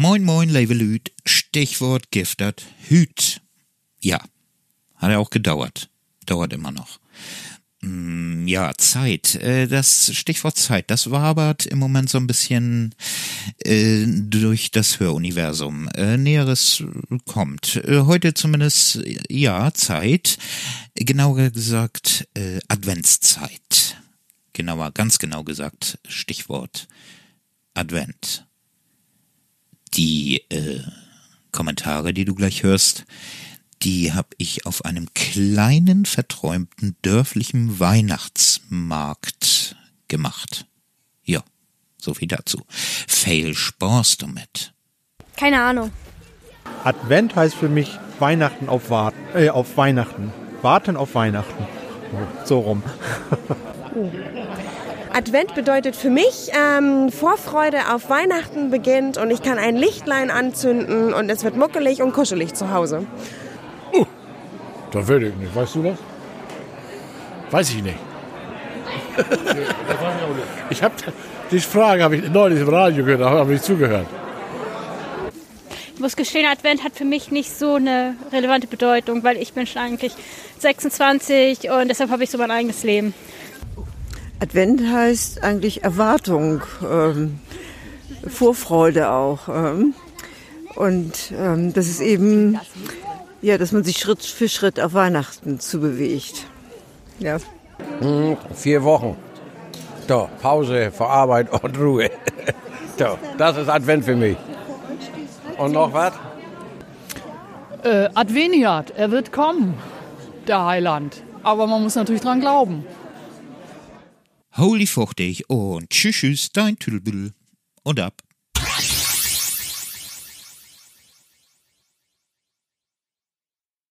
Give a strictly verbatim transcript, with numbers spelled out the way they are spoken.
Moin moin, liebe Lüd, Stichwort Giftert Hüt. Ja, hat ja auch gedauert. Dauert immer noch. Ja, Zeit. Das Stichwort Zeit, das wabert im Moment so ein bisschen äh, durch das Höruniversum. Äh, Näheres kommt. Äh, heute zumindest, ja, Zeit. Genauer gesagt, äh, Adventszeit. Genauer, ganz genau gesagt, Stichwort Advent. Die äh, Kommentare, die du gleich hörst, die habe ich auf einem kleinen, verträumten, dörflichen Weihnachtsmarkt gemacht. Ja, so viel dazu. Viel Spaß damit. Keine Ahnung. Advent heißt für mich Weihnachten auf Warten. Äh, auf Weihnachten. Warten auf Weihnachten. So rum. Oh. Advent bedeutet für mich, ähm, Vorfreude auf Weihnachten beginnt und ich kann ein Lichtlein anzünden und es wird muckelig und kuschelig zu Hause. Uh, das weiß ich nicht. Weißt du das? Weiß ich nicht. Ich habe die Frage habe ich neulich im Radio gehört, da habe ich zugehört. Ich muss gestehen, Advent hat für mich nicht so eine relevante Bedeutung, weil ich bin schon eigentlich sechsundzwanzig und deshalb habe ich so mein eigenes Leben. Advent heißt eigentlich Erwartung, ähm, Vorfreude auch. Ähm, und ähm, das ist eben, ja, dass man sich Schritt für Schritt auf Weihnachten zubewegt. Ja. Hm, vier Wochen. So, Pause vor Arbeit und Ruhe. So, das ist Advent für mich. Und noch was? Äh, Adveniat, er wird kommen, der Heiland. Aber man muss natürlich dran glauben. Holy fuchtig und tschüss, tschüss, dein Tüdelbüdel. Und ab.